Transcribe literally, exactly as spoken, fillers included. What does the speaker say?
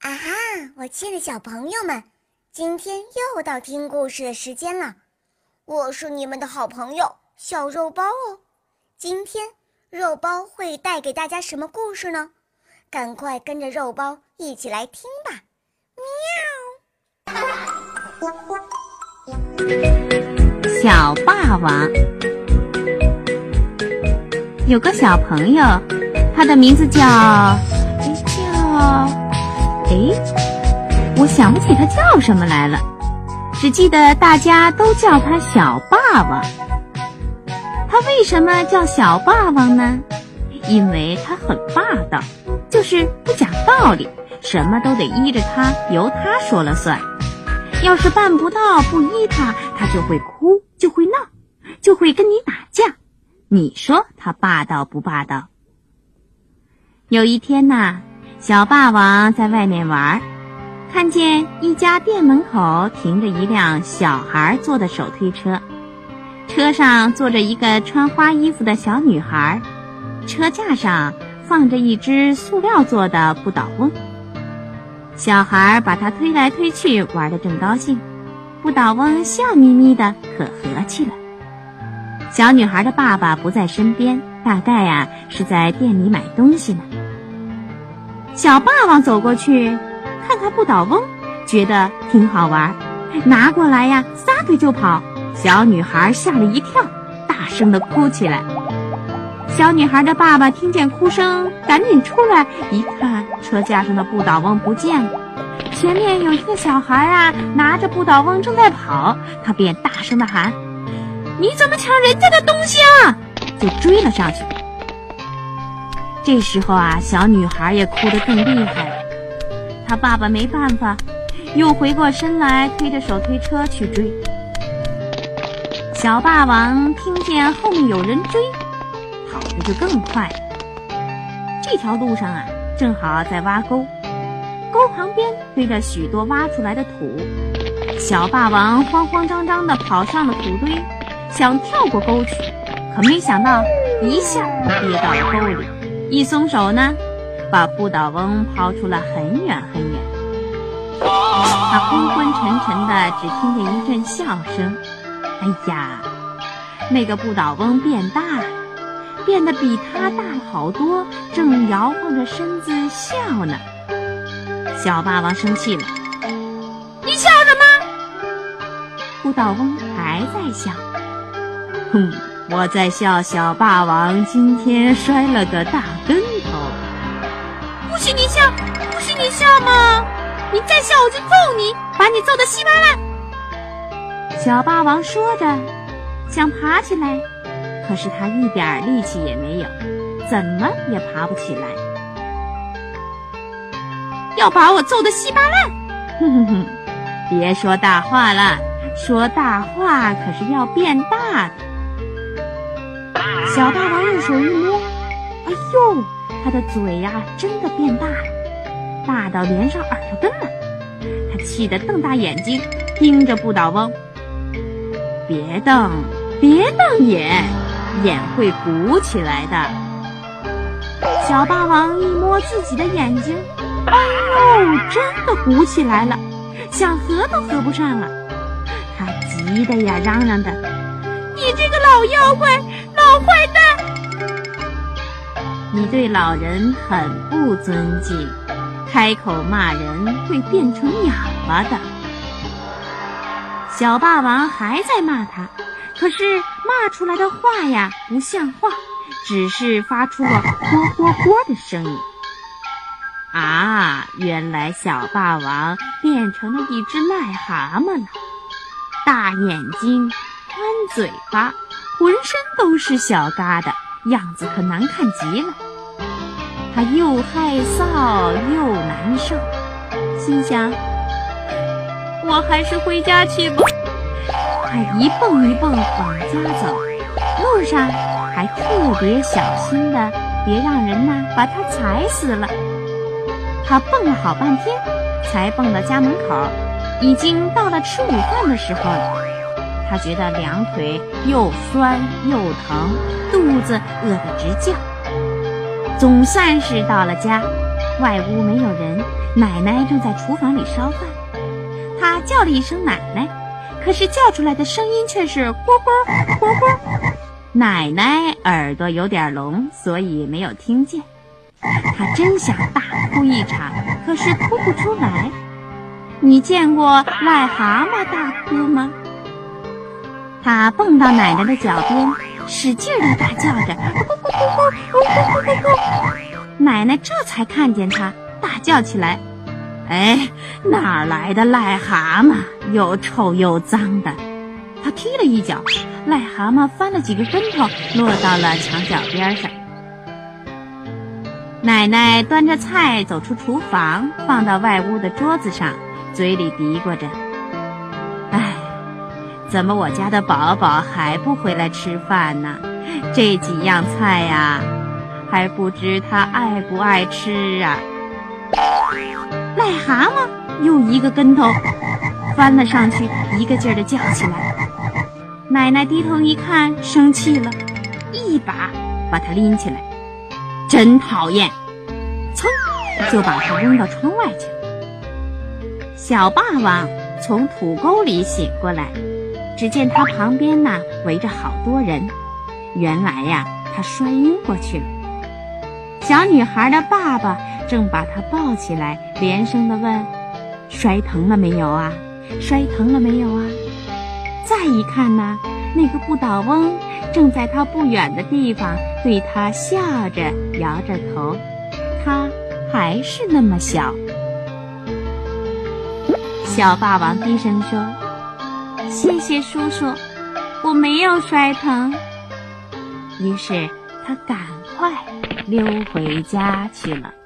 啊哈，我亲爱的小朋友们，今天又到听故事的时间了。我是你们的好朋友小肉包哦。今天肉包会带给大家什么故事呢？赶快跟着肉包一起来听吧。 喵！小霸王。有个小朋友，他的名字叫叫哎，我想不起他叫什么来了，只记得大家都叫他小霸王。他为什么叫小霸王呢？因为他很霸道，就是不讲道理，什么都得依着他，由他说了算。要是办不到，不依他，他就会哭，就会闹，就会跟你打架。你说他霸道不霸道？有一天呐，小霸王在外面玩，看见一家店门口停着一辆小孩坐的手推车，车上坐着一个穿花衣服的小女孩，车架上放着一只塑料做的不倒翁。小孩把它推来推去，玩得正高兴，不倒翁笑眯眯的，可和气了。小女孩的爸爸不在身边，大概呀、啊、是在店里买东西呢。小霸王走过去看看不倒翁，觉得挺好玩，拿过来呀撒腿就跑。小女孩吓了一跳，大声地哭起来。小女孩的爸爸听见哭声，赶紧出来一看，车架上的不倒翁不见了，前面有一个小孩啊拿着不倒翁正在跑，他便大声地喊：你怎么抢人家的东西啊！就追了上去。这时候啊，小女孩也哭得更厉害了。她爸爸没办法，又回过身来推着手推车去追。小霸王听见后面有人追，跑得就更快了。这条路上啊，正好在挖沟，沟旁边堆着许多挖出来的土。小霸王慌慌张张地跑上了土堆，想跳过沟去，可没想到一下跌到了沟里，一松手呢，把不倒翁抛出了很远很远。他昏昏沉沉的，只听见一阵笑声。哎呀，那个不倒翁变大了，变得比他大了好多，正摇晃着身子笑呢。小霸王生气了：你笑什么？不倒翁还在笑。哼，我在笑小霸王今天摔了个大跟头。不许你笑，不许你笑嘛！你再笑我就揍你，把你揍得稀巴烂。小霸王说着想爬起来，可是他一点力气也没有，怎么也爬不起来。要把我揍得稀巴烂？哼哼哼，别说大话了，说大话可是要变大的。小霸王用手一摸，哎呦，他的嘴呀、啊、真的变大了，大到连上耳朵根了。他气得瞪大眼睛盯着不倒翁。别瞪，别瞪眼，眼会鼓起来的。小霸王一摸自己的眼睛，哎呦，真的鼓起来了，想合都合不上了。他急得呀嚷嚷的：你这个老妖怪，老坏蛋！你对老人很不尊敬，开口骂人会变成哑巴的。小霸王还在骂他，可是骂出来的话呀不像话，只是发出了嚯嚯嚯的声音。啊，原来小霸王变成了一只癞蛤蟆了，大眼睛，宽嘴巴，浑身都是小疙瘩，样子可难看极了。他又害臊又难受，心想我还是回家去吧。他一蹦一蹦往家走，路上还特别小心的，别让人呐把他踩死了。他蹦了好半天，才蹦到家门口，已经到了吃午饭的时候了。他觉得两腿又酸又疼，肚子饿得直叫。总算是到了家，外屋没有人， 奶奶正在厨房里烧饭，她叫了一声奶奶，可是叫出来的声音却是咕咕咕咕。奶奶耳朵有点聋，所以没有听见。她真想大哭一场，可是哭不出来。你见过癞蛤蟆大哭吗？她蹦到奶奶的脚边，使劲地大叫着，奶奶这才看见她，大叫起来：哎，哪来的癞蛤蟆，又臭又脏的！她踢了一脚，癞蛤蟆翻了几个跟头，落到了墙角边上。奶奶端着菜走出厨房，放到外屋的桌子上，嘴里嘀咕着：哎，怎么我家的宝宝还不回来吃饭呢？这几样菜呀，还不知他爱不爱吃啊！癞蛤蟆又一个跟头翻了上去，一个劲儿地叫起来。奶奶低头一看，生气了，一把把他拎起来，真讨厌，噌就把他扔到窗外去了。小霸王从土沟里醒过来，只见他旁边呢围着好多人，原来呀他摔晕过去了。小女孩的爸爸正把她抱起来，连声地问：摔疼了没有啊？摔疼了没有啊？再一看呢，那个不倒翁正在他不远的地方对他笑着摇着头，他还是那么小。小霸王低声说：谢谢叔叔，我没有摔疼。于是他赶快溜回家去了。